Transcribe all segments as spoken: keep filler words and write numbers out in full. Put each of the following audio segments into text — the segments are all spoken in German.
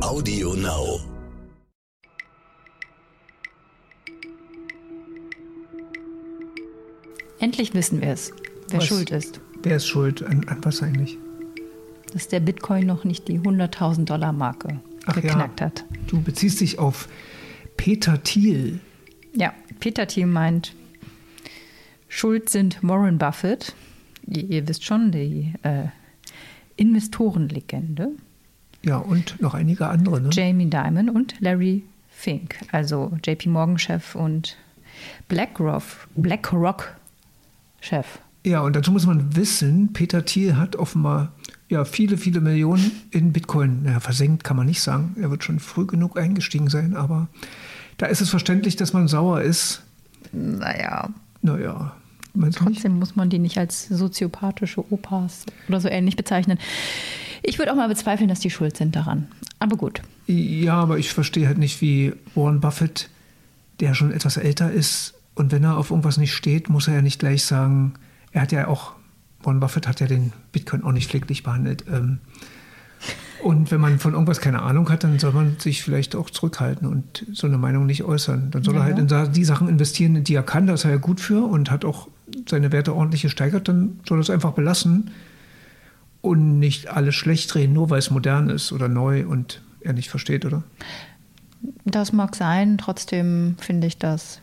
Audio Now. Endlich wissen wir es, wer Was? schuld ist. Wer ist schuld? An, an was eigentlich? Dass der Bitcoin noch nicht die hunderttausend Dollar Marke Ach geknackt ja, hat. du beziehst dich auf Peter Thiel. Ja, Peter Thiel meint, schuld sind Warren Buffett, ihr, ihr wisst schon, die äh, Investorenlegende, Ja, und noch einige andere, ne? Jamie Dimon und Larry Fink, also J P Morgan-Chef und BlackRock, BlackRock-Chef. Ja, und dazu muss man wissen, Peter Thiel hat offenbar ja, viele, viele Millionen in Bitcoin, naja, versenkt kann man nicht sagen. Er wird schon früh genug eingestiegen sein, aber da ist es verständlich, dass man sauer ist. Naja, Naja, meinst du nicht? trotzdem muss man die nicht als soziopathische Opas oder so ähnlich bezeichnen. Ich würde auch mal bezweifeln, dass die schuld sind daran. Aber gut. Ja, aber ich verstehe halt nicht, wie Warren Buffett, der schon etwas älter ist, und wenn er auf irgendwas nicht steht, muss er ja nicht gleich sagen, er hat ja auch, Warren Buffett hat ja den Bitcoin auch nicht pfleglich behandelt. Ähm, und wenn man von irgendwas keine Ahnung hat, dann soll man sich vielleicht auch zurückhalten und so eine Meinung nicht äußern. Dann soll Ja, er halt ja. in die Sachen investieren, in die er kann, da ist er ja gut für und hat auch seine Werte ordentlich gesteigert, dann soll er es einfach belassen und nicht alles schlecht reden, nur weil es modern ist oder neu und er nicht versteht, oder? Das mag sein, trotzdem finde ich das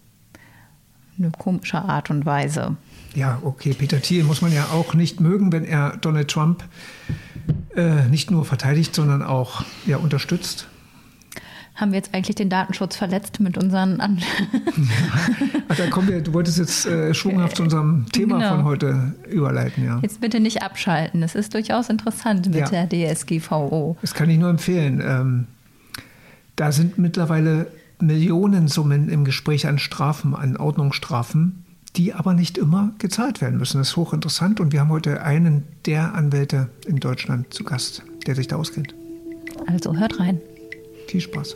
eine komische Art und Weise. Ja, okay, Peter Thiel muss man ja auch nicht mögen, wenn er Donald Trump äh, nicht nur verteidigt, sondern auch ja, unterstützt. Haben wir jetzt eigentlich den Datenschutz verletzt mit unseren An Ach, da kommen wir, du wolltest jetzt äh, schwunghaft zu unserem Thema Genau. von heute überleiten, ja. Jetzt bitte nicht abschalten. Es ist durchaus interessant mit Ja. der D S G V O. Das kann ich nur empfehlen. Ähm, da sind mittlerweile Millionensummen im Gespräch an Strafen, an Ordnungsstrafen, die aber nicht immer gezahlt werden müssen. Das ist hochinteressant und wir haben heute einen der Anwälte in Deutschland zu Gast, der sich da auskennt. Also hört rein. Viel Spaß.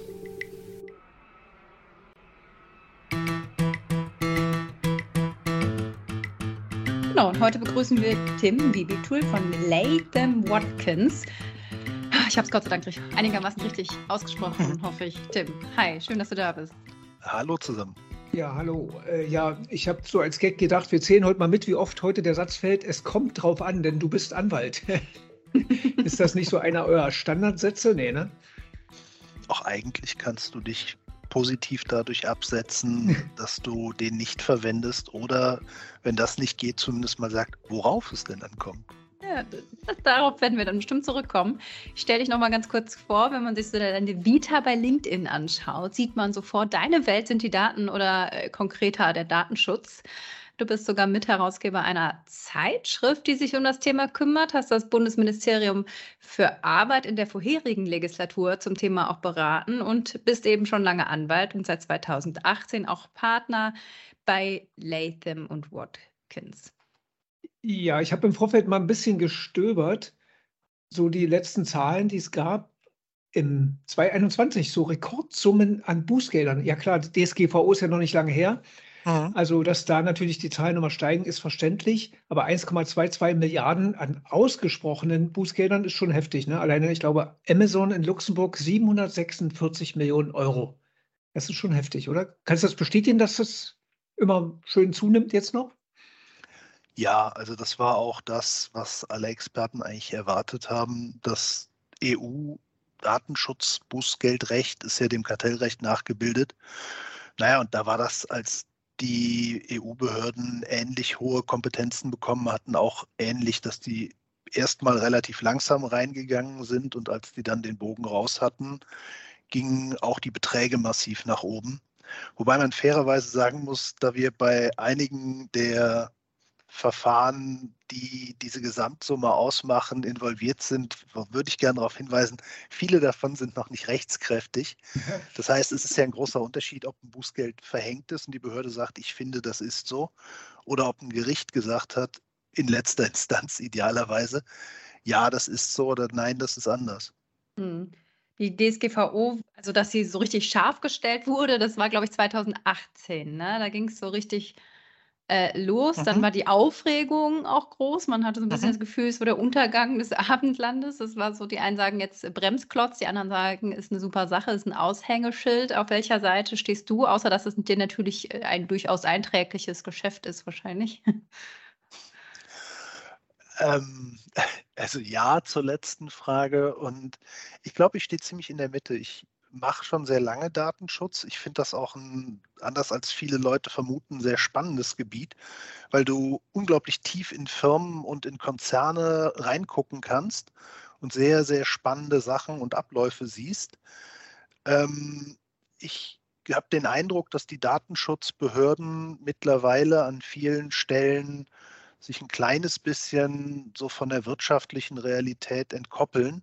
Genau, und heute begrüßen wir Tim Bibitool von Latham Watkins. Ich habe es Gott sei Dank richtig, einigermaßen richtig ausgesprochen, hoffe ich. Tim, hi, schön, dass du da bist. Hallo zusammen. Ja, hallo. Äh, ja, ich habe so als Gag gedacht, wir zählen heute mal mit, wie oft heute der Satz fällt, es kommt drauf an, denn du bist Anwalt. Ist das nicht so einer eurer Standardsätze? Nee, ne? Auch eigentlich kannst du dich positiv dadurch absetzen, dass du den nicht verwendest oder, wenn das nicht geht, zumindest mal sagt, worauf es denn ankommt. Ja, das, darauf werden wir dann bestimmt zurückkommen. Ich stelle dich noch mal ganz kurz vor, wenn man sich so deine Vita bei LinkedIn anschaut, sieht man sofort, deine Welt sind die Daten oder äh, konkreter der Datenschutz. Du bist sogar Mitherausgeber einer Zeitschrift, die sich um das Thema kümmert, hast das Bundesministerium für Arbeit in der vorherigen Legislatur zum Thema auch beraten und bist eben schon lange Anwalt und seit zweitausendachtzehn auch Partner bei Latham und Watkins. Ja, ich habe im Vorfeld mal ein bisschen gestöbert, so die letzten Zahlen, die es gab im zweitausendeinundzwanzig, so Rekordsummen an Bußgeldern. Ja klar, die D S G V O ist ja noch nicht lange her. Mhm. Also, dass da natürlich die Zahlen nochmal steigen, ist verständlich. Aber eins Komma zweiundzwanzig Milliarden an ausgesprochenen Bußgeldern ist schon heftig. Ne? Alleine, ich glaube, Amazon in Luxemburg siebenhundertsechsundvierzig Millionen Euro. Das ist schon heftig, oder? Kannst du das bestätigen, dass das immer schön zunimmt jetzt noch? Ja, also das war auch das, was alle Experten eigentlich erwartet haben. Das E U-Datenschutz-Bußgeldrecht ist ja dem Kartellrecht nachgebildet. Naja, und da war das, als die E U-Behörden ähnlich hohe Kompetenzen bekommen hatten, auch ähnlich, dass die erstmal relativ langsam reingegangen sind und als die dann den Bogen raus hatten, gingen auch die Beträge massiv nach oben. Wobei man fairerweise sagen muss, da wir bei einigen der Verfahren, die diese Gesamtsumme ausmachen, involviert sind, würde ich gerne darauf hinweisen, viele davon sind noch nicht rechtskräftig. Das heißt, es ist ja ein großer Unterschied, ob ein Bußgeld verhängt ist und die Behörde sagt, ich finde, das ist so, oder ob ein Gericht gesagt hat, in letzter Instanz idealerweise, ja, das ist so oder nein, das ist anders. Hm. Die D S G V O, also dass sie so richtig scharf gestellt wurde, das war, glaube ich, zweitausendachtzehn. Ne? Da ging es so richtig äh, los. Dann Mhm. war die Aufregung auch groß. Man hatte so ein bisschen Mhm. das Gefühl, es war der Untergang des Abendlandes. Das war so, die einen sagen jetzt äh, Bremsklotz, die anderen sagen, ist eine super Sache, ist ein Aushängeschild. Auf welcher Seite stehst du? Außer dass es dir natürlich äh, ein durchaus einträgliches Geschäft ist, wahrscheinlich. Ähm, also ja zur letzten Frage und ich glaube, ich stehe ziemlich in der Mitte. Ich mache schon sehr lange Datenschutz. Ich finde das auch ein, anders als viele Leute vermuten, sehr spannendes Gebiet, weil du unglaublich tief in Firmen und in Konzerne reingucken kannst und sehr, sehr spannende Sachen und Abläufe siehst. Ähm, ich habe den Eindruck, dass die Datenschutzbehörden mittlerweile an vielen Stellen sich ein kleines bisschen so von der wirtschaftlichen Realität entkoppeln.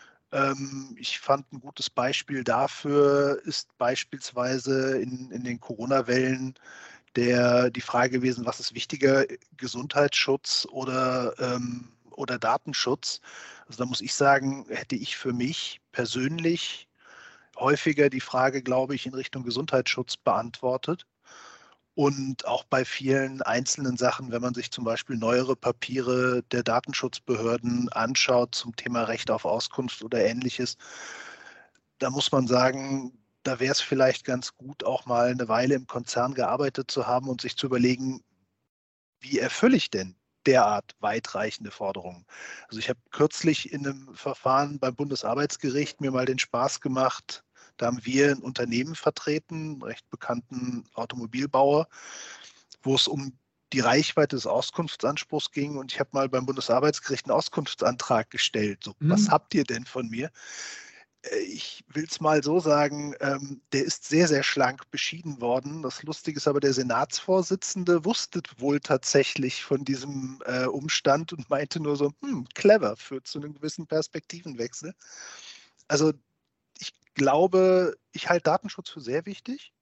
Ähm, ich fand ein gutes Beispiel dafür ist beispielsweise in, in den Corona-Wellen der, die Frage gewesen, was ist wichtiger, Gesundheitsschutz oder, ähm, oder Datenschutz? Also da muss ich sagen, hätte ich für mich persönlich häufiger die Frage, glaube ich, in Richtung Gesundheitsschutz beantwortet. Und auch bei vielen einzelnen Sachen, wenn man sich zum Beispiel neuere Papiere der Datenschutzbehörden anschaut zum Thema Recht auf Auskunft oder ähnliches, da muss man sagen, da wäre es vielleicht ganz gut, auch mal eine Weile im Konzern gearbeitet zu haben und sich zu überlegen, wie erfülle ich denn derart weitreichende Forderungen? Also ich habe kürzlich in einem Verfahren beim Bundesarbeitsgericht mir mal den Spaß gemacht, da haben wir ein Unternehmen vertreten, einen recht bekannten Automobilbauer, wo es um die Reichweite des Auskunftsanspruchs ging. Und ich habe mal beim Bundesarbeitsgericht einen Auskunftsantrag gestellt. So, was Hm? habt ihr denn von mir? Äh, Ich will es mal so sagen, ähm, der ist sehr, sehr schlank beschieden worden. Das Lustige ist aber, der Senatsvorsitzende wusste wohl tatsächlich von diesem äh, Umstand und meinte nur so, hm, clever, führt zu einem gewissen Perspektivenwechsel. Also ich glaube, ich halte Datenschutz für sehr wichtig.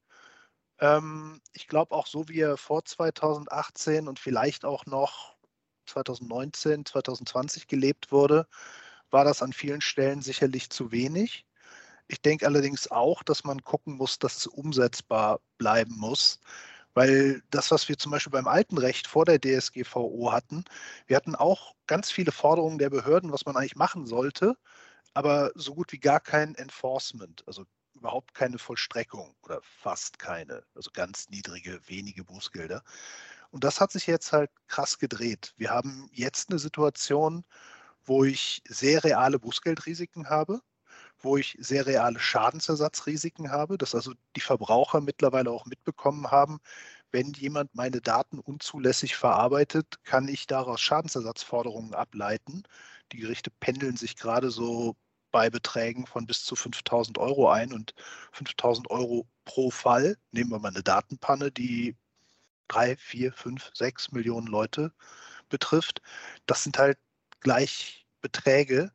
Ähm, ich glaube auch so, wie er vor zweitausendachtzehn und vielleicht auch noch zweitausendneunzehn, zweitausendzwanzig gelebt wurde, war das an vielen Stellen sicherlich zu wenig. Ich denke allerdings auch, dass man gucken muss, dass es umsetzbar bleiben muss. Weil das, was wir zum Beispiel beim alten Recht vor der D S G V O hatten, wir hatten auch ganz viele Forderungen der Behörden, was man eigentlich machen sollte, aber so gut wie gar kein Enforcement, also überhaupt keine Vollstreckung oder fast keine, also ganz niedrige, wenige Bußgelder. Und das hat sich jetzt halt krass gedreht. Wir haben jetzt eine Situation, wo ich sehr reale Bußgeldrisiken habe, wo ich sehr reale Schadensersatzrisiken habe, dass also die Verbraucher mittlerweile auch mitbekommen haben, wenn jemand meine Daten unzulässig verarbeitet, kann ich daraus Schadensersatzforderungen ableiten. Die Gerichte pendeln sich gerade so bei Beträgen von bis zu fünftausend Euro ein und fünftausend Euro pro Fall. Nehmen wir mal eine Datenpanne, die drei, vier, fünf, sechs Millionen Leute betrifft. Das sind halt gleich Beträge,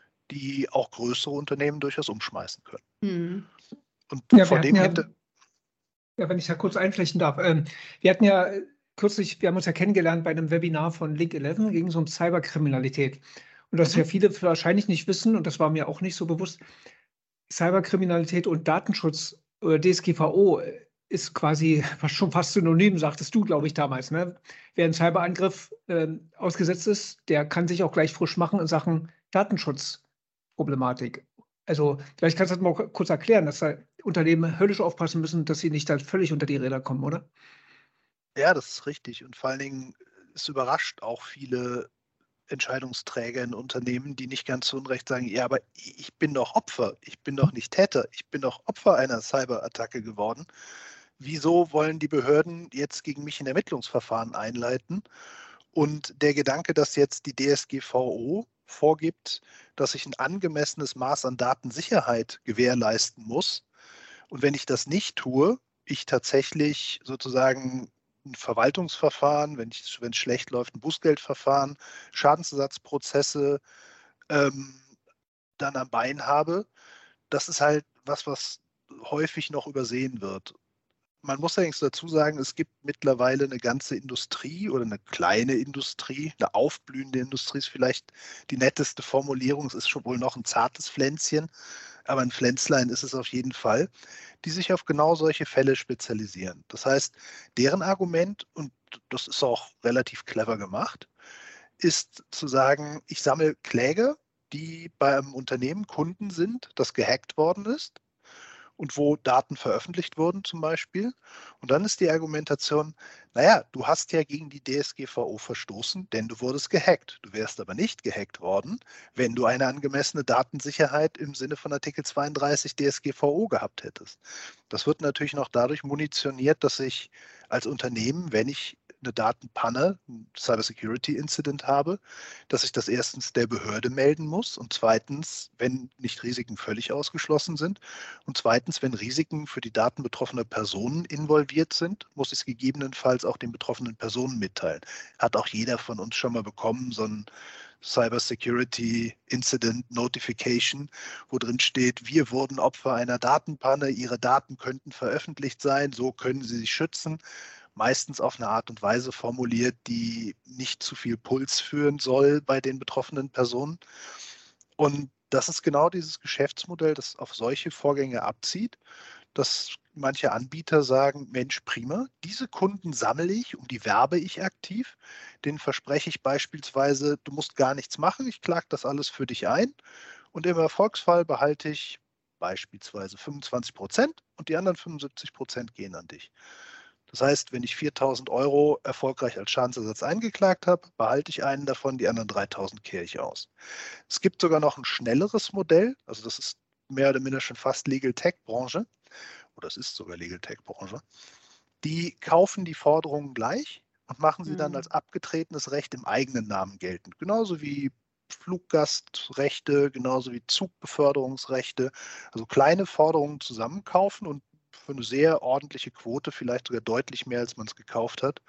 die auch größere Unternehmen durchaus umschmeißen können. Hm. Und Ja, vor wir dem hatten ja, Hinter ja, wenn ich da kurz einflechten darf, ähm, wir hatten ja äh, kürzlich, wir haben uns ja kennengelernt bei einem Webinar von Link elf, ging es um Cyberkriminalität. Und das Mhm. ja viele wahrscheinlich nicht wissen, und das war mir auch nicht so bewusst, Cyberkriminalität und Datenschutz oder D S G V O äh, ist quasi fast schon fast synonym, sagtest du, glaube ich, damals. Ne? Wer einen Cyberangriff ähm, ausgesetzt ist, der kann sich auch gleich frisch machen in Sachen Datenschutzproblematik. Also vielleicht kannst du das mal kurz erklären, dass da Unternehmen höllisch aufpassen müssen, dass sie nicht halt völlig unter die Räder kommen, oder? Ja, das ist richtig. Und vor allen Dingen, es überrascht auch viele Entscheidungsträger in Unternehmen, die nicht ganz zu Unrecht sagen, ja, aber ich bin doch Opfer, ich bin doch nicht Täter, ich bin doch Opfer einer Cyberattacke geworden. Wieso wollen die Behörden jetzt gegen mich ein Ermittlungsverfahren einleiten? Und der Gedanke, dass jetzt die D S G V O vorgibt, dass ich ein angemessenes Maß an Datensicherheit gewährleisten muss, und wenn ich das nicht tue, ich tatsächlich sozusagen ein Verwaltungsverfahren, wenn ich, wenn es schlecht läuft, ein Bußgeldverfahren, Schadensersatzprozesse ähm, dann am Bein habe, das ist halt was, was häufig noch übersehen wird. Man muss allerdings dazu sagen, es gibt mittlerweile eine ganze Industrie oder eine kleine Industrie, eine aufblühende Industrie ist vielleicht die netteste Formulierung, es ist schon wohl noch ein zartes Pflänzchen, aber ein Pflänzlein ist es auf jeden Fall, die sich auf genau solche Fälle spezialisieren. Das heißt, deren Argument, und das ist auch relativ clever gemacht, ist zu sagen, ich sammle Kläger, die beim Unternehmen Kunden sind, das gehackt worden ist und wo Daten veröffentlicht wurden zum Beispiel. Und dann ist die Argumentation, naja, du hast ja gegen die D S G V O verstoßen, denn du wurdest gehackt. Du wärst aber nicht gehackt worden, wenn du eine angemessene Datensicherheit im Sinne von Artikel zweiunddreißig D S G V O gehabt hättest. Das wird natürlich noch dadurch munitioniert, dass ich als Unternehmen, wenn ich eine Datenpanne, ein Cybersecurity-Incident habe, dass ich das erstens der Behörde melden muss und zweitens, wenn nicht Risiken völlig ausgeschlossen sind und zweitens, wenn Risiken für die Daten betroffener Personen involviert sind, muss ich es gegebenenfalls auch den betroffenen Personen mitteilen. Hat auch jeder von uns schon mal bekommen, so ein Cybersecurity Incident Notification, wo drin steht, wir wurden Opfer einer Datenpanne, Ihre Daten könnten veröffentlicht sein, so können Sie sich schützen. Meistens auf eine Art und Weise formuliert, die nicht zu viel Puls führen soll bei den betroffenen Personen. Und das ist genau dieses Geschäftsmodell, das auf solche Vorgänge abzieht, dass manche Anbieter sagen, Mensch, prima, diese Kunden sammle ich und die werbe ich aktiv. Denen verspreche ich beispielsweise, du musst gar nichts machen, ich klage das alles für dich ein. Und im Erfolgsfall behalte ich beispielsweise fünfundzwanzig Prozent und die anderen fünfundsiebzig Prozent gehen an dich. Das heißt, wenn ich viertausend Euro erfolgreich als Schadensersatz eingeklagt habe, behalte ich einen davon, die anderen dreitausend kehre ich aus. Es gibt sogar noch ein schnelleres Modell, also das ist mehr oder minder schon fast Legal Tech Branche, oder es ist sogar Legal Tech Branche. Die kaufen die Forderungen gleich und machen sie dann als abgetretenes Recht im eigenen Namen geltend. Genauso wie Fluggastrechte, genauso wie Zugbeförderungsrechte, also kleine Forderungen zusammenkaufen und für eine sehr ordentliche Quote, vielleicht sogar deutlich mehr, als man es gekauft hat,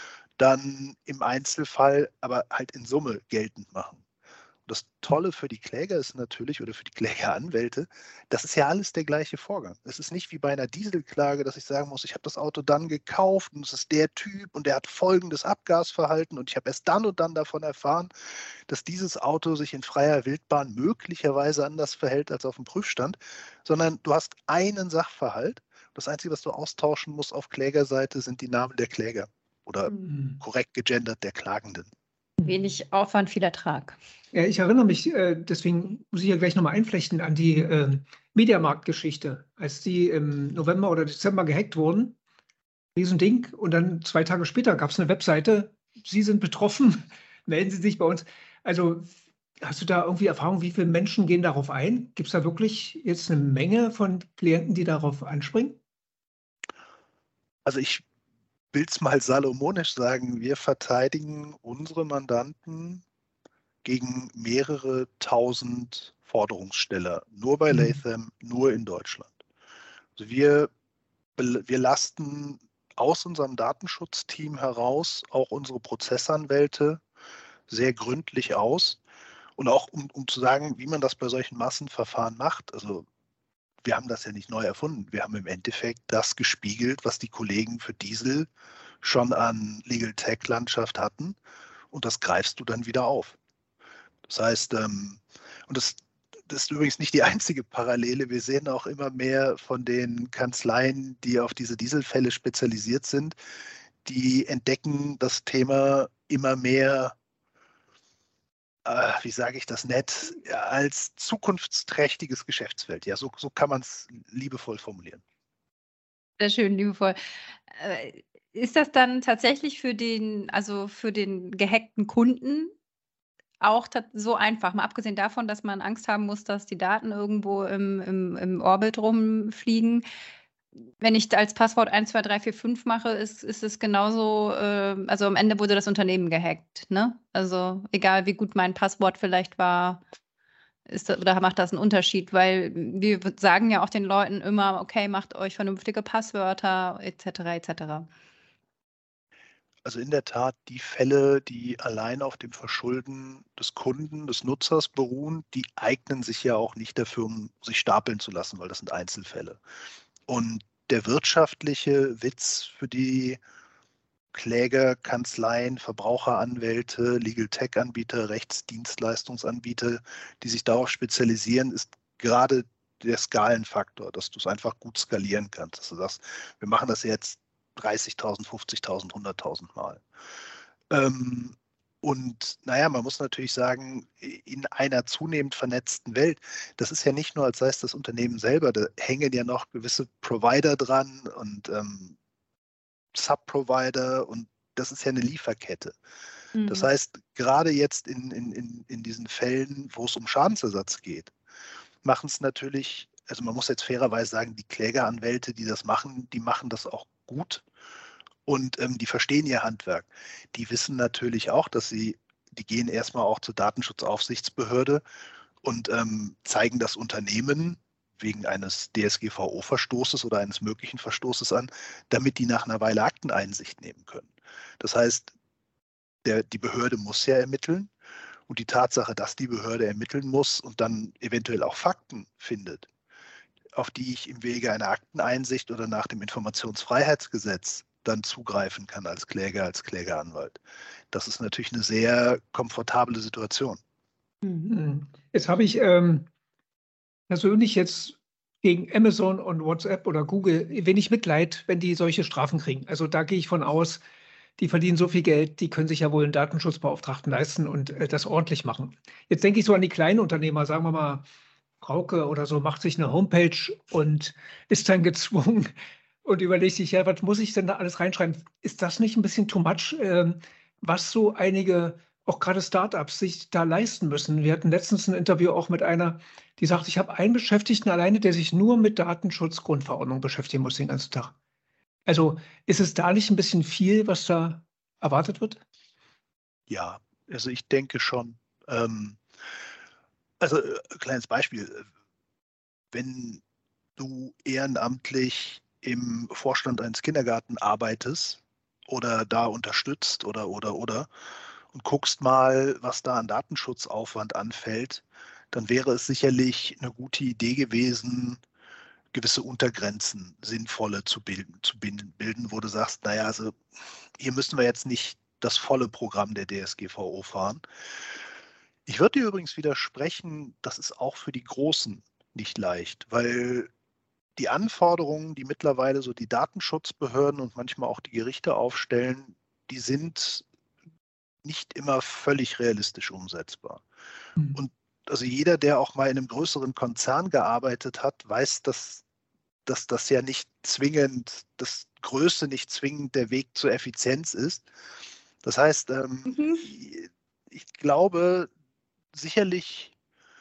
dann im Einzelfall aber halt in Summe geltend machen. Und das Tolle für die Kläger ist natürlich, oder für die Klägeranwälte, das ist ja alles der gleiche Vorgang. Es ist nicht wie bei einer Dieselklage, dass ich sagen muss, ich habe das Auto dann gekauft und es ist der Typ und der hat folgendes Abgasverhalten und ich habe erst dann und dann davon erfahren, dass dieses Auto sich in freier Wildbahn möglicherweise anders verhält als auf dem Prüfstand, sondern du hast einen Sachverhalt. Das Einzige, was du austauschen musst auf Klägerseite, sind die Namen der Kläger oder mhm. korrekt gegendert der Klagenden. Wenig Aufwand, viel Ertrag. Ja, ich erinnere mich, äh, deswegen muss ich ja gleich nochmal einflechten an die äh, Mediamarkt-Geschichte, als die im November oder Dezember gehackt wurden. Riesending. Und dann zwei Tage später gab es eine Webseite, Sie sind betroffen, melden Sie sich bei uns. Also hast du da irgendwie Erfahrung, wie viele Menschen gehen darauf ein? Gibt es da wirklich jetzt eine Menge von Klienten, die darauf anspringen? Also ich will es mal salomonisch sagen, wir verteidigen unsere Mandanten gegen mehrere tausend Forderungssteller, nur bei Latham, mhm. nur in Deutschland. Also wir, wir lasten aus unserem Datenschutzteam heraus auch unsere Prozessanwälte sehr gründlich aus. Und auch um, um zu sagen, wie man das bei solchen Massenverfahren macht. Also wir haben das ja nicht neu erfunden. Wir haben im Endeffekt das gespiegelt, was die Kollegen für Diesel schon an Legal Tech Landschaft hatten. Und das greifst du dann wieder auf. Das heißt, ähm, und das, das ist übrigens nicht die einzige Parallele. Wir sehen auch immer mehr von den Kanzleien, die auf diese Dieselfälle spezialisiert sind, die entdecken das Thema immer mehr, äh, wie sage ich das nett, ja, als zukunftsträchtiges Geschäftsfeld. Ja, so, so kann man es liebevoll formulieren. Sehr schön, liebevoll. Äh, ist das dann tatsächlich für den, also für den gehackten Kunden auch so einfach, mal abgesehen davon, dass man Angst haben muss, dass die Daten irgendwo im, im, im Orbit rumfliegen? Wenn ich als Passwort eins zwei drei vier fünf mache, ist, ist es genauso, äh, also am Ende wurde das Unternehmen gehackt, ne? Also egal, wie gut mein Passwort vielleicht war, ist das, oder macht das einen Unterschied? Weil wir sagen ja auch den Leuten immer, okay, macht euch vernünftige Passwörter, et cetera, et cetera. Also in der Tat, die Fälle, die allein auf dem Verschulden des Kunden, des Nutzers beruhen, die eignen sich ja auch nicht dafür, um sich stapeln zu lassen, weil das sind Einzelfälle. Und der wirtschaftliche Witz für die Kläger, Kanzleien, Verbraucheranwälte, Legal Tech-Anbieter, Rechtsdienstleistungsanbieter, die sich darauf spezialisieren, ist gerade der Skalenfaktor, dass du es einfach gut skalieren kannst. Dass du sagst, wir machen das jetzt dreißigtausend, fünfzigtausend, hunderttausend Mal. Ähm, und naja, man muss natürlich sagen, in einer zunehmend vernetzten Welt, das ist ja nicht nur, als sei es das Unternehmen selber, da hängen ja noch gewisse Provider dran und ähm, Subprovider und das ist ja eine Lieferkette. Mhm. Das heißt, gerade jetzt in, in, in, in diesen Fällen, wo es um Schadensersatz geht, machen es natürlich, also man muss jetzt fairerweise sagen, die Klägeranwälte, die das machen, die machen das auch gut. Und ähm, die verstehen ihr Handwerk. Die wissen natürlich auch, dass sie, die gehen erstmal auch zur Datenschutzaufsichtsbehörde und ähm, zeigen das Unternehmen wegen eines D S G V O-Verstoßes oder eines möglichen Verstoßes an, damit die nach einer Weile Akteneinsicht nehmen können. Das heißt, der, die Behörde muss ja ermitteln und die Tatsache, dass die Behörde ermitteln muss und dann eventuell auch Fakten findet, auf die ich im Wege einer Akteneinsicht oder nach dem Informationsfreiheitsgesetz dann zugreifen kann als Kläger, als Klägeranwalt. Das ist natürlich eine sehr komfortable Situation. Jetzt habe ich ähm, persönlich jetzt gegen Amazon und WhatsApp oder Google wenig Mitleid, wenn die solche Strafen kriegen. Also da gehe ich von aus, die verdienen so viel Geld, die können sich ja wohl einen Datenschutzbeauftragten leisten und äh, das ordentlich machen. Jetzt denke ich so an die kleinen Unternehmer, sagen wir mal, Frauke oder so, macht sich eine Homepage und ist dann gezwungen, und überlegt sich, ja, was muss ich denn da alles reinschreiben? Ist das nicht ein bisschen too much, ähm, was so einige, auch gerade Startups, sich da leisten müssen? Wir hatten letztens ein Interview auch mit einer, die sagt, ich habe einen Beschäftigten alleine, der sich nur mit Datenschutzgrundverordnung beschäftigen muss den ganzen Tag. Also ist es da nicht ein bisschen viel, was da erwartet wird? Ja, also ich denke schon. Ähm, also äh, kleines Beispiel. Wenn du ehrenamtlich im Vorstand eines Kindergartens arbeitest oder da unterstützt oder, oder, oder und guckst mal, was da an Datenschutzaufwand anfällt, dann wäre es sicherlich eine gute Idee gewesen, gewisse Untergrenzen sinnvolle zu bilden, zu bilden, wo du sagst, naja, also hier müssen wir jetzt nicht das volle Programm der D S G V O fahren. Ich würde dir übrigens widersprechen, das ist auch für die Großen nicht leicht, weil die Anforderungen, die mittlerweile so die Datenschutzbehörden und manchmal auch die Gerichte aufstellen, die sind nicht immer völlig realistisch umsetzbar. Mhm. Und also jeder, der auch mal in einem größeren Konzern gearbeitet hat, weiß, dass, dass das ja nicht zwingend, dass Größe nicht zwingend der Weg zur Effizienz ist. Das heißt, ähm, mhm. ich glaube, sicherlich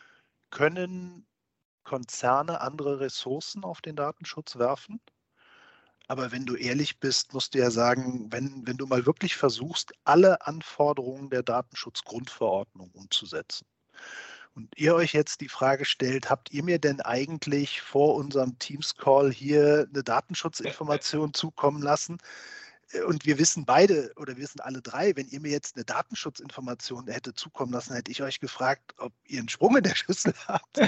können Konzerne andere Ressourcen auf den Datenschutz werfen. Aber wenn du ehrlich bist, musst du ja sagen, wenn, wenn du mal wirklich versuchst, alle Anforderungen der Datenschutzgrundverordnung umzusetzen und ihr euch jetzt die Frage stellt, habt ihr mir denn eigentlich vor unserem Teams-Call hier eine Datenschutzinformation zukommen lassen? Und wir wissen beide oder wir wissen alle drei, wenn ihr mir jetzt eine Datenschutzinformation hätte zukommen lassen, hätte ich euch gefragt, ob ihr einen Sprung in der Schüssel habt.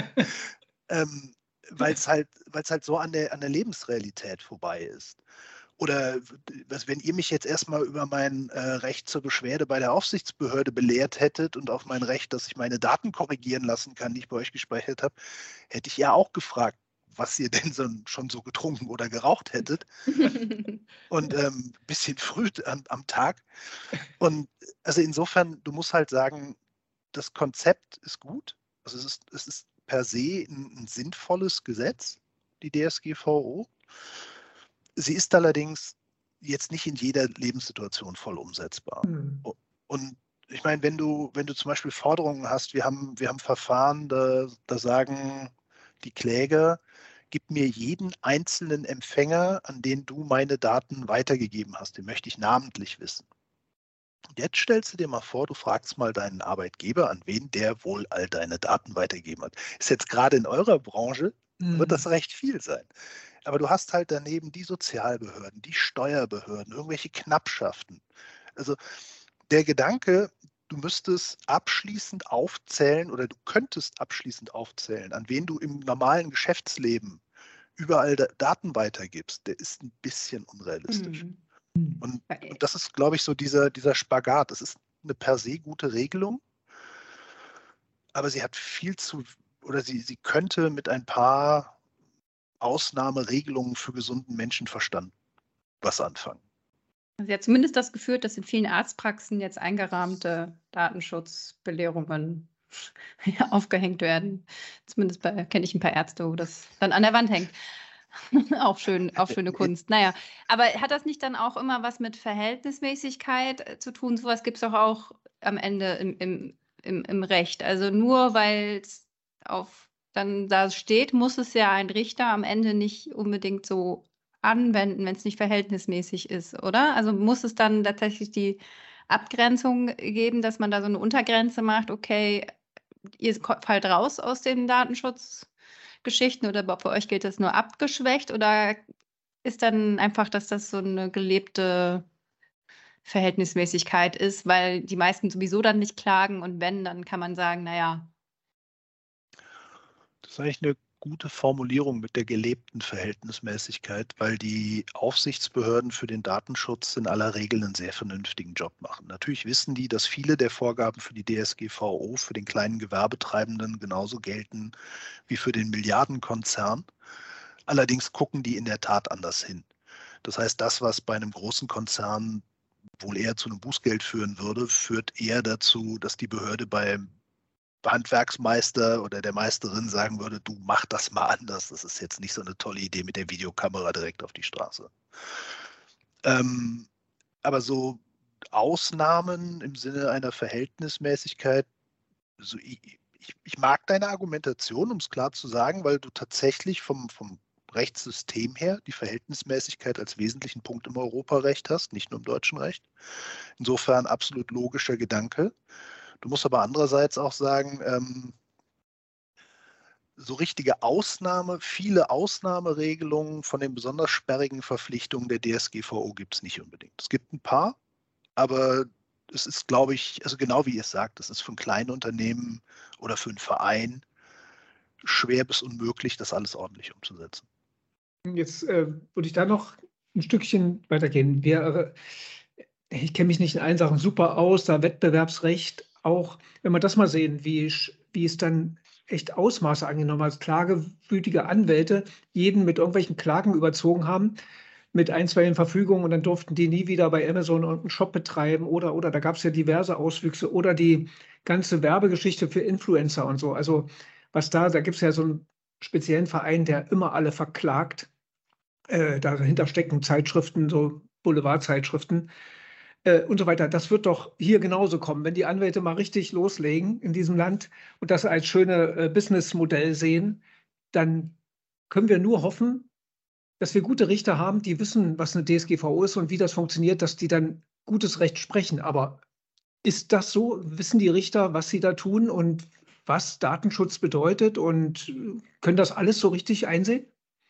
ähm, weil es halt, weil es halt so an der, an der Lebensrealität vorbei ist. Oder wenn ihr mich jetzt erstmal über mein äh, Recht zur Beschwerde bei der Aufsichtsbehörde belehrt hättet und auf mein Recht, dass ich meine Daten korrigieren lassen kann, die ich bei euch gespeichert habe, hätte ich ja auch gefragt, was ihr denn so, schon so getrunken oder geraucht hättet. Und ein ähm, bisschen früh am, am Tag. Und also insofern, du musst halt sagen, das Konzept ist gut. Also es ist, es ist per se ein, ein sinnvolles Gesetz, die D S G V O. Sie ist allerdings jetzt nicht in jeder Lebenssituation voll umsetzbar. Mhm. Und ich meine, wenn du, wenn du zum Beispiel Forderungen hast, wir haben, wir haben Verfahren, da, da sagen die Kläger, gib mir jeden einzelnen Empfänger, an den du meine Daten weitergegeben hast, den möchte ich namentlich wissen. Und jetzt stellst du dir mal vor, du fragst mal deinen Arbeitgeber, an wen der wohl all deine Daten weitergegeben hat. Ist jetzt gerade in eurer Branche, mhm. wird das recht viel sein. Aber du hast halt daneben die Sozialbehörden, die Steuerbehörden, irgendwelche Knappschaften. Also der Gedanke, du müsstest abschließend aufzählen oder du könntest abschließend aufzählen, an wen du im normalen Geschäftsleben überall Daten weitergibst, der ist ein bisschen unrealistisch. Mhm. Und, und das ist, glaube ich, so dieser, dieser Spagat. Das ist eine per se gute Regelung, aber sie hat viel zu oder sie, sie könnte mit ein paar Ausnahmeregelungen für gesunden Menschenverstand was anfangen. Sie hat zumindest das geführt, dass in vielen Arztpraxen jetzt eingerahmte Datenschutzbelehrungen aufgehängt werden. Zumindest kenne ich ein paar Ärzte, wo das dann an der Wand hängt. Auch schön, auch schöne Kunst. Naja, aber hat das nicht dann auch immer was mit Verhältnismäßigkeit äh, zu tun? Sowas gibt es doch auch am Ende im, im, im, im Recht. Also nur weil es auf dann da steht, muss es ja ein Richter am Ende nicht unbedingt so anwenden, wenn es nicht verhältnismäßig ist, oder? Also muss es dann tatsächlich die Abgrenzung geben, dass man da so eine Untergrenze macht, okay, ihr fallt raus aus den Datenschutzgeschichten oder für euch gilt das nur abgeschwächt oder ist dann einfach, dass das so eine gelebte Verhältnismäßigkeit ist, weil die meisten sowieso dann nicht klagen und wenn, dann kann man sagen, naja. Das ist eigentlich eine gute Formulierung mit der gelebten Verhältnismäßigkeit, weil die Aufsichtsbehörden für den Datenschutz in aller Regel einen sehr vernünftigen Job machen. Natürlich wissen die, dass viele der Vorgaben für die D S G V O für den kleinen Gewerbetreibenden genauso gelten wie für den Milliardenkonzern. Allerdings gucken die in der Tat anders hin. Das heißt, das, was bei einem großen Konzern wohl eher zu einem Bußgeld führen würde, führt eher dazu, dass die Behörde beim Handwerksmeister oder der Meisterin sagen würde, du mach das mal anders. Das ist jetzt nicht so eine tolle Idee mit der Videokamera direkt auf die Straße. Ähm, aber so Ausnahmen im Sinne einer Verhältnismäßigkeit, so ich, ich, ich mag deine Argumentation, um es klar zu sagen, weil du tatsächlich vom, vom Rechtssystem her die Verhältnismäßigkeit als wesentlichen Punkt im Europarecht hast, nicht nur im deutschen Recht. Insofern absolut logischer Gedanke. Du musst aber andererseits auch sagen, ähm, so richtige Ausnahme, viele Ausnahmeregelungen von den besonders sperrigen Verpflichtungen der D S G V O gibt es nicht unbedingt. Es gibt ein paar, aber es ist, glaube ich, also genau wie ihr es sagt, es ist für ein kleines Unternehmen oder für einen Verein schwer bis unmöglich, das alles ordentlich umzusetzen. Jetzt äh, würde ich da noch ein Stückchen weitergehen. Wir, äh, ich kenne mich nicht in allen Sachen super aus, da Wettbewerbsrecht auch, wenn wir das mal sehen, wie, wie es dann echt Ausmaße angenommen hat, klagewütige Anwälte jeden mit irgendwelchen Klagen überzogen haben, mit einstweiligen Verfügungen und dann durften die nie wieder bei Amazon einen Shop betreiben oder, oder da gab es ja diverse Auswüchse oder die ganze Werbegeschichte für Influencer und so. Also was da, da gibt es ja so einen speziellen Verein, der immer alle verklagt. Äh, dahinter stecken Zeitschriften, so Boulevardzeitschriften äh, und so weiter. Das wird doch hier genauso kommen, wenn die Anwälte mal richtig loslegen in diesem Land und das als schöne äh, Businessmodell sehen, dann können wir nur hoffen, dass wir gute Richter haben, die wissen, was eine D S G V O ist und wie das funktioniert, dass die dann gutes Recht sprechen. Aber ist das so? Wissen die Richter, was sie da tun und was Datenschutz bedeutet und können das alles so richtig einsehen?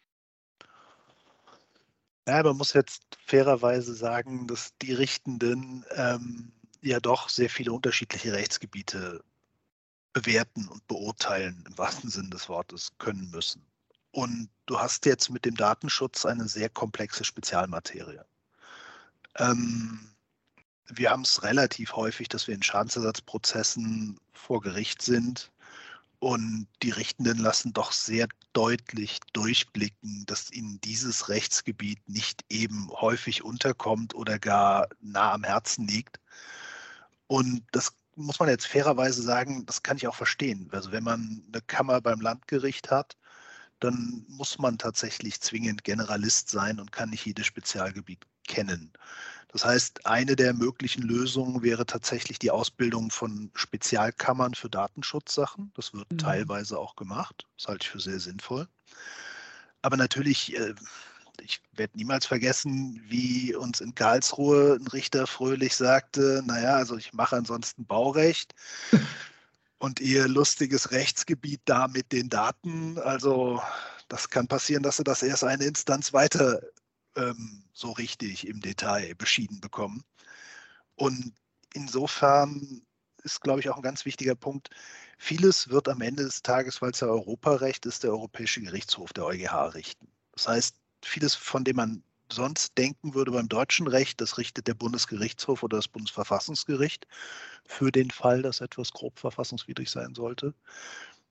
Ja, man muss jetzt fairerweise sagen, dass die Richtenden ähm, ja doch sehr viele unterschiedliche Rechtsgebiete bewerten und beurteilen, im wahrsten Sinne des Wortes, können müssen. Und du hast jetzt mit dem Datenschutz eine sehr komplexe Spezialmaterie. Ähm, wir haben es relativ häufig, dass wir in Schadensersatzprozessen vor Gericht sind und die Richtenden lassen doch sehr deutlich durchblicken, dass ihnen dieses Rechtsgebiet nicht eben häufig unterkommt oder gar nah am Herzen liegt. Und das muss man jetzt fairerweise sagen, das kann ich auch verstehen. Also wenn man eine Kammer beim Landgericht hat, dann muss man tatsächlich zwingend Generalist sein und kann nicht jedes Spezialgebiet kennen. Das heißt, eine der möglichen Lösungen wäre tatsächlich die Ausbildung von Spezialkammern für Datenschutzsachen. Das wird mhm. teilweise auch gemacht. Das halte ich für sehr sinnvoll. Aber natürlich, äh, ich werde niemals vergessen, wie uns in Karlsruhe ein Richter fröhlich sagte, naja, also ich mache ansonsten Baurecht und ihr lustiges Rechtsgebiet da mit den Daten, also das kann passieren, dass sie das erst eine Instanz weiter ähm, so richtig im Detail beschieden bekommen. Und insofern ist, glaube ich, auch ein ganz wichtiger Punkt, vieles wird am Ende des Tages, weil es ja Europarecht ist, der Europäische Gerichtshof, der EuGH, richten. Das heißt, vieles, von dem man sonst denken würde beim deutschen Recht, das richtet der Bundesgerichtshof oder das Bundesverfassungsgericht für den Fall, dass etwas grob verfassungswidrig sein sollte.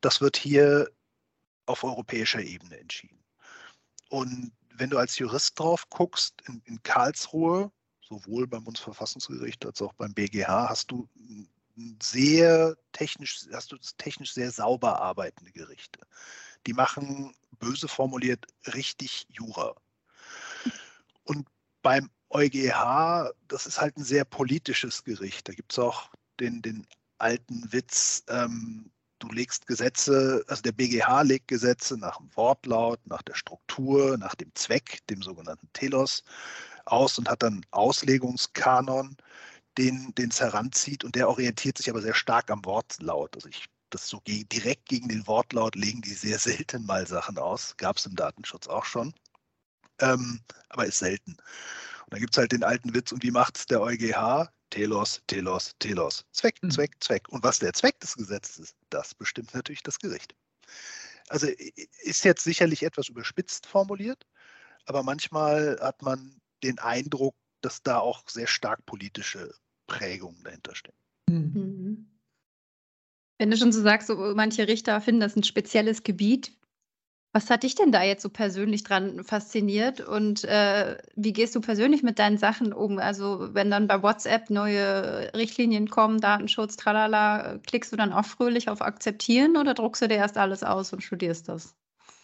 das wird hier auf europäischer Ebene entschieden. Und wenn du als Jurist drauf guckst, in, in Karlsruhe, sowohl beim Bundesverfassungsgericht als auch beim B G H, hast du sehr technisch, hast du technisch sehr sauber arbeitende Gerichte. Die machen, böse formuliert, richtig Jura. Und beim EuGH, das ist halt ein sehr politisches Gericht. Da gibt es auch den, den alten Witz, ähm, du legst Gesetze, also der B G H legt Gesetze nach dem Wortlaut, nach der Struktur, nach dem Zweck, dem sogenannten Telos, aus und hat dann Auslegungskanon, den es heranzieht, und der orientiert sich aber sehr stark am Wortlaut. Also ich, das so ge direkt gegen den Wortlaut legen die sehr selten mal Sachen aus. Gab es im Datenschutz auch schon, ähm, aber ist selten. Und dann gibt es halt den alten Witz, und wie macht es der EuGH? Telos, Telos, Telos. Zweck, Mhm. Zweck, Zweck. Und was der Zweck des Gesetzes ist, das bestimmt natürlich das Gericht. Also ist jetzt sicherlich etwas überspitzt formuliert, aber manchmal hat man den Eindruck, dass da auch sehr stark politische Prägungen dahinter stehen. Mhm. Mhm. Wenn du schon so sagst, so manche Richter finden das ein spezielles Gebiet, was hat dich denn da jetzt so persönlich dran fasziniert und äh, wie gehst du persönlich mit deinen Sachen um? Also wenn dann bei WhatsApp neue Richtlinien kommen, Datenschutz, tralala, klickst du dann auch fröhlich auf Akzeptieren oder druckst du dir erst alles aus und studierst das?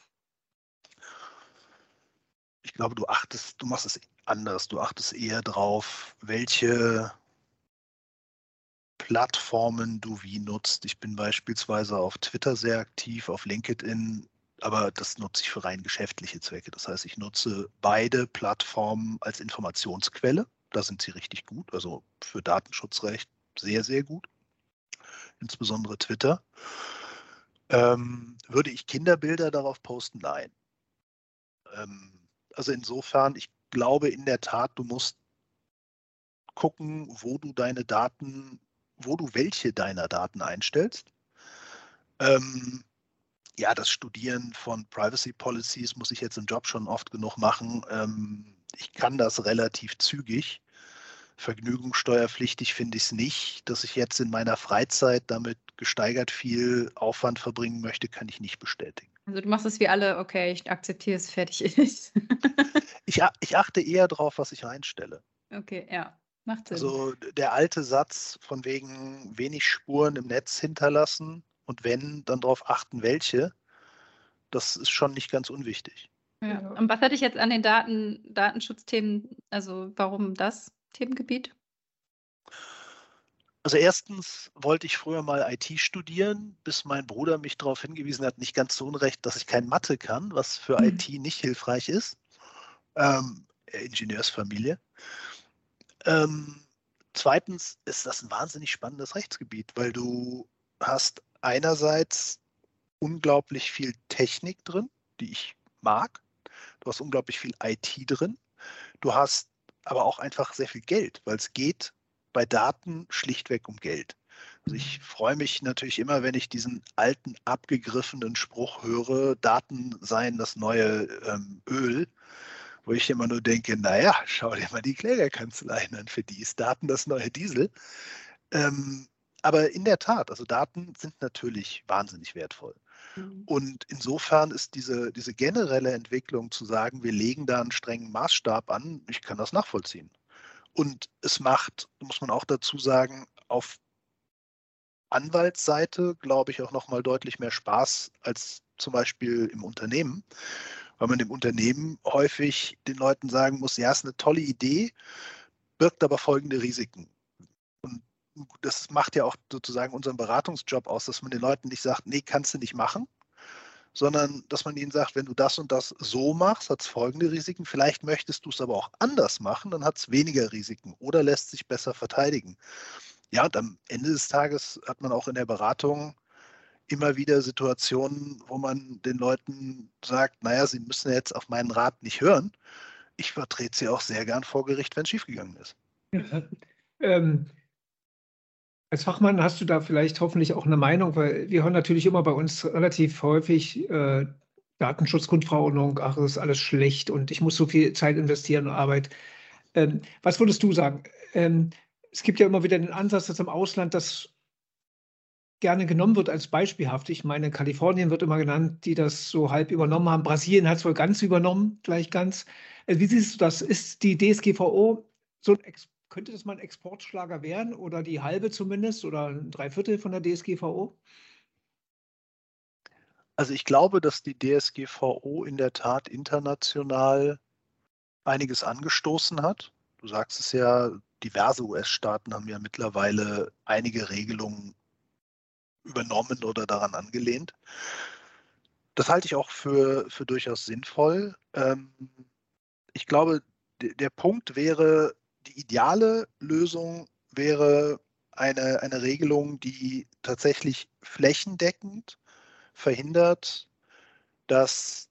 Ich glaube, du achtest, du machst es anders. Du achtest eher drauf, welche Plattformen du wie nutzt. Ich bin beispielsweise auf Twitter sehr aktiv, auf LinkedIn, aber das nutze ich für rein geschäftliche Zwecke. Das heißt, ich nutze beide Plattformen als Informationsquelle. Da sind sie richtig gut, also für Datenschutzrecht sehr, sehr gut. Insbesondere Twitter. Ähm, würde ich Kinderbilder darauf posten? Nein. Ähm, also insofern, ich glaube in der Tat, du musst gucken, wo du deine Daten, wo du welche deiner Daten einstellst. Ähm, ja, das Studieren von Privacy Policies muss ich jetzt im Job schon oft genug machen. Ähm, ich kann das relativ zügig. Vergnügungssteuerpflichtig finde ich es nicht. Dass ich jetzt in meiner Freizeit damit gesteigert viel Aufwand verbringen möchte, kann ich nicht bestätigen. Also du machst es wie alle, okay, ich akzeptiere es, fertig ist. Ich, ich achte eher darauf, was ich reinstelle. Okay, ja, macht Sinn. Also der alte Satz von wegen wenig Spuren im Netz hinterlassen und wenn, dann darauf achten, welche, das ist schon nicht ganz unwichtig. Ja. Ja. Und was hatte ich jetzt an den Daten, Datenschutzthemen, also warum das Themengebiet? Also erstens wollte ich früher mal I T studieren, bis mein Bruder mich darauf hingewiesen hat, nicht ganz zu Unrecht, dass ich kein Mathe kann, was für Hm. I T nicht hilfreich ist. Ähm, Ingenieursfamilie. Ähm, zweitens ist das ein wahnsinnig spannendes Rechtsgebiet, weil du hast einerseits unglaublich viel Technik drin, die ich mag. Du hast unglaublich viel I T drin. Du hast aber auch einfach sehr viel Geld, weil es geht bei Daten schlichtweg um Geld. Also ich freue mich natürlich immer, wenn ich diesen alten, abgegriffenen Spruch höre, Daten seien das neue ähm, Öl, wo ich immer nur denke, naja, schau dir mal die Klägerkanzleien an, für die ist Daten das neue Diesel. Ähm, aber in der Tat, also Daten sind natürlich wahnsinnig wertvoll. Mhm. Und insofern ist diese, diese generelle Entwicklung zu sagen, wir legen da einen strengen Maßstab an, ich kann das nachvollziehen. Und es macht, muss man auch dazu sagen, auf Anwaltsseite, glaube ich, auch nochmal deutlich mehr Spaß als zum Beispiel im Unternehmen, weil man im Unternehmen häufig den Leuten sagen muss, ja, ist eine tolle Idee, birgt aber folgende Risiken. Und das macht ja auch sozusagen unseren Beratungsjob aus, dass man den Leuten nicht sagt, nee, kannst du nicht machen, sondern dass man ihnen sagt, wenn du das und das so machst, hat es folgende Risiken. Vielleicht möchtest du es aber auch anders machen, dann hat es weniger Risiken oder lässt sich besser verteidigen. Ja, und am Ende des Tages hat man auch in der Beratung immer wieder Situationen, wo man den Leuten sagt, naja, sie müssen jetzt auf meinen Rat nicht hören. Ich vertrete sie auch sehr gern vor Gericht, wenn es schiefgegangen ist. Ja. Ähm, als Fachmann hast du da vielleicht hoffentlich auch eine Meinung, weil wir hören natürlich immer bei uns relativ häufig äh, Datenschutzgrundverordnung, ach, das ist alles schlecht und ich muss so viel Zeit investieren und Arbeit. Ähm, was würdest du sagen? Ähm, es gibt ja immer wieder den Ansatz, dass im Ausland das gerne genommen wird als beispielhaft. Ich meine, Kalifornien wird immer genannt, die das so halb übernommen haben. Brasilien hat es wohl ganz übernommen, gleich ganz. Also wie siehst du das? Ist die D S G V O so ein Ex könnte das mal ein Exportschlager werden oder die halbe zumindest oder ein Dreiviertel von der D S G V O? Also ich glaube, dass die D S G V O in der Tat international einiges angestoßen hat. Du sagst es ja, diverse U S-Staaten haben ja mittlerweile einige Regelungen übernommen oder daran angelehnt. Das halte ich auch für, für durchaus sinnvoll. Ähm, ich glaube, der Punkt wäre, die ideale Lösung wäre eine, eine Regelung, die tatsächlich flächendeckend verhindert, dass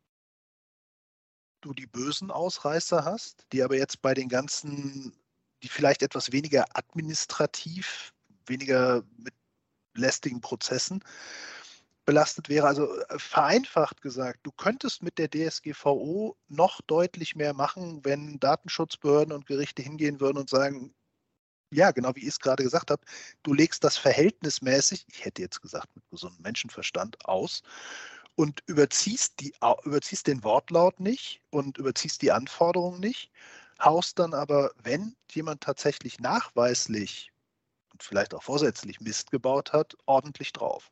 du die bösen Ausreißer hast, die aber jetzt bei den ganzen, die vielleicht etwas weniger administrativ, weniger mit lästigen Prozessen belastet wäre. Also vereinfacht gesagt, du könntest mit der D S G V O noch deutlich mehr machen, wenn Datenschutzbehörden und Gerichte hingehen würden und sagen, ja, genau wie ich es gerade gesagt habe, du legst das verhältnismäßig, ich hätte jetzt gesagt mit gesundem Menschenverstand, aus und überziehst, die, überziehst den Wortlaut nicht und überziehst die Anforderungen nicht, haust dann aber, wenn jemand tatsächlich nachweislich und vielleicht auch vorsätzlich Mist gebaut hat, ordentlich drauf.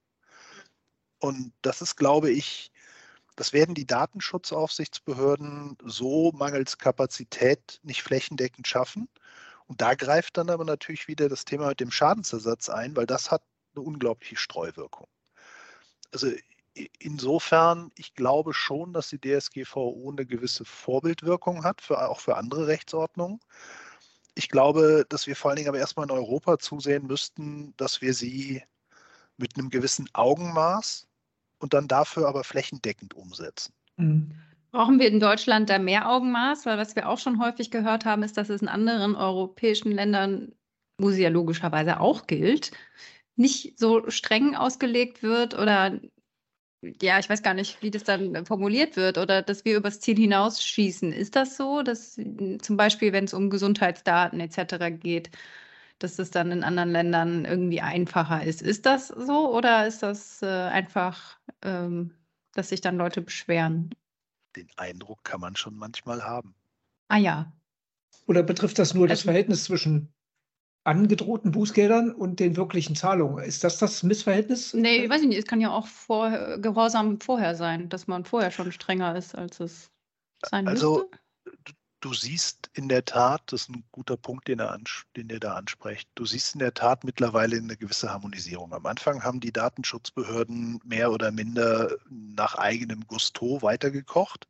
Und das ist, glaube ich, das werden die Datenschutzaufsichtsbehörden so mangels Kapazität nicht flächendeckend schaffen. Und da greift dann aber natürlich wieder das Thema mit dem Schadensersatz ein, weil das hat eine unglaubliche Streuwirkung. Also insofern, ich glaube schon, dass die D S G V O eine gewisse Vorbildwirkung hat, für, auch für andere Rechtsordnungen. Ich glaube, dass wir vor allen Dingen aber erstmal in Europa zusehen müssten, dass wir sie mit einem gewissen Augenmaß und dann dafür aber flächendeckend umsetzen. Mhm. Brauchen wir in Deutschland da mehr Augenmaß? Weil was wir auch schon häufig gehört haben, ist, dass es in anderen europäischen Ländern, wo sie ja logischerweise auch gilt, nicht so streng ausgelegt wird oder ja, ich weiß gar nicht, wie das dann formuliert wird oder dass wir übers Ziel hinausschießen. Ist das so, dass m, zum Beispiel, wenn es um Gesundheitsdaten et cetera geht, dass das dann in anderen Ländern irgendwie einfacher ist? Ist das so oder ist das äh, einfach, ähm, dass sich dann Leute beschweren? Den Eindruck kann man schon manchmal haben. Ah ja. Oder betrifft das nur das Also- Verhältnis zwischen angedrohten Bußgeldern und den wirklichen Zahlungen? Ist das das Missverhältnis? Nee, weiß ich nicht, es kann ja auch vor, Gehorsam vorher sein, dass man vorher schon strenger ist, als es sein Also müsste. du, du siehst in der Tat, das ist ein guter Punkt, den er, ans, den er da anspricht, du siehst in der Tat mittlerweile eine gewisse Harmonisierung. Am Anfang haben die Datenschutzbehörden mehr oder minder nach eigenem Gusto weitergekocht.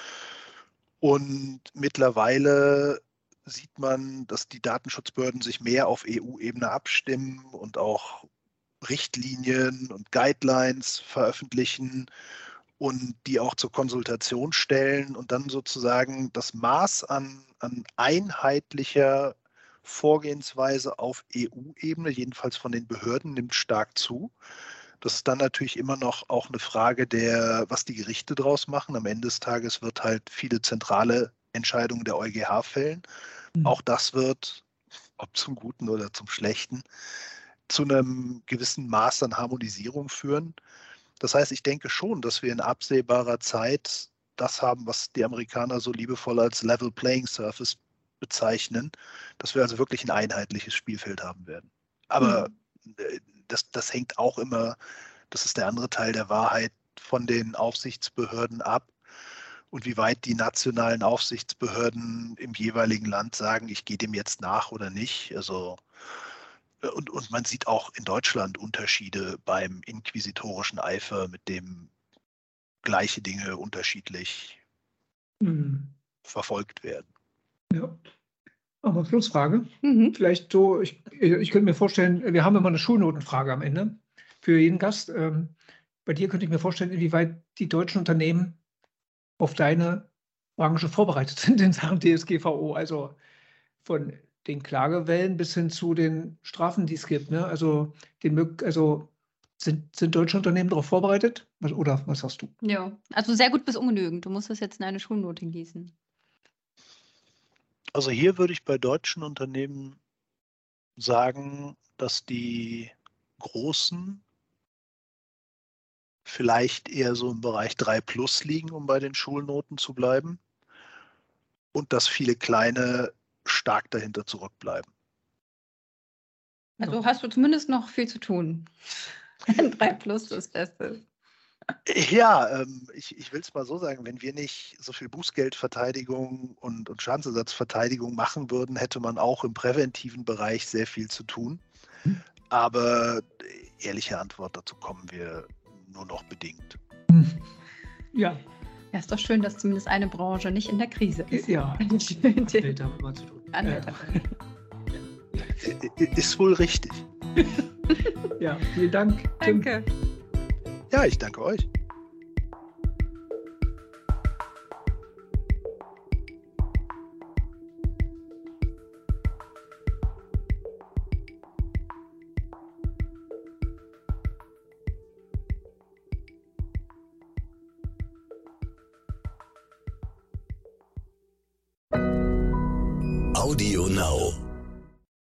Und mittlerweile sieht man, dass die Datenschutzbehörden sich mehr auf E U-Ebene abstimmen und auch Richtlinien und Guidelines veröffentlichen und die auch zur Konsultation stellen und dann sozusagen das Maß an, an einheitlicher Vorgehensweise auf E U-Ebene, jedenfalls von den Behörden, nimmt stark zu. Das ist dann natürlich immer noch auch eine Frage der, was die Gerichte draus machen. Am Ende des Tages wird halt viele zentrale Entscheidungen der EuGH fällen. Mhm. Auch das wird, ob zum Guten oder zum Schlechten, zu einem gewissen Maß an Harmonisierung führen. Das heißt, ich denke schon, dass wir in absehbarer Zeit das haben, was die Amerikaner so liebevoll als Level Playing Surface bezeichnen, dass wir also wirklich ein einheitliches Spielfeld haben werden. Aber Mhm. das, das hängt auch immer, das ist der andere Teil der Wahrheit, von den Aufsichtsbehörden ab und wie weit die nationalen Aufsichtsbehörden im jeweiligen Land sagen, ich gehe dem jetzt nach oder nicht. Also und, und man sieht auch in Deutschland Unterschiede beim inquisitorischen Eifer, mit dem gleiche Dinge unterschiedlich Mhm. verfolgt werden. Ja. Aber Schlussfrage. Mhm. Vielleicht so, ich, ich könnte mir vorstellen, wir haben immer eine Schulnotenfrage am Ende für jeden Gast. Ähm, bei dir könnte ich mir vorstellen, inwieweit die deutschen Unternehmen auf deine Branche vorbereitet sind in Sachen D S G V O. Also von den Klagewellen bis hin zu den Strafen, die es gibt. Ne? Also, den, also sind, sind deutsche Unternehmen darauf vorbereitet? Was, oder was sagst du? Ja, also sehr gut bis ungenügend. Du musst das jetzt in eine Schulnote gießen. Also hier würde ich bei deutschen Unternehmen sagen, dass die großen vielleicht eher so im Bereich drei plus liegen, um bei den Schulnoten zu bleiben. Und dass viele kleine stark dahinter zurückbleiben. Also hast du zumindest noch viel zu tun. drei plus das Beste. Ja, ähm, ich, ich will es mal so sagen, wenn wir nicht so viel Bußgeldverteidigung und, und Schadensersatzverteidigung machen würden, hätte man auch im präventiven Bereich sehr viel zu tun. Aber ehrliche Antwort, dazu kommen wir nur noch bedingt. Ja. Ja, ist doch schön, dass zumindest eine Branche nicht in der Krise ist. Ja. Anwälte haben immer zu tun. Anwälte. Ist wohl richtig. Ja, vielen Dank. Tim. Danke. Ja, ich danke euch. Audio Now.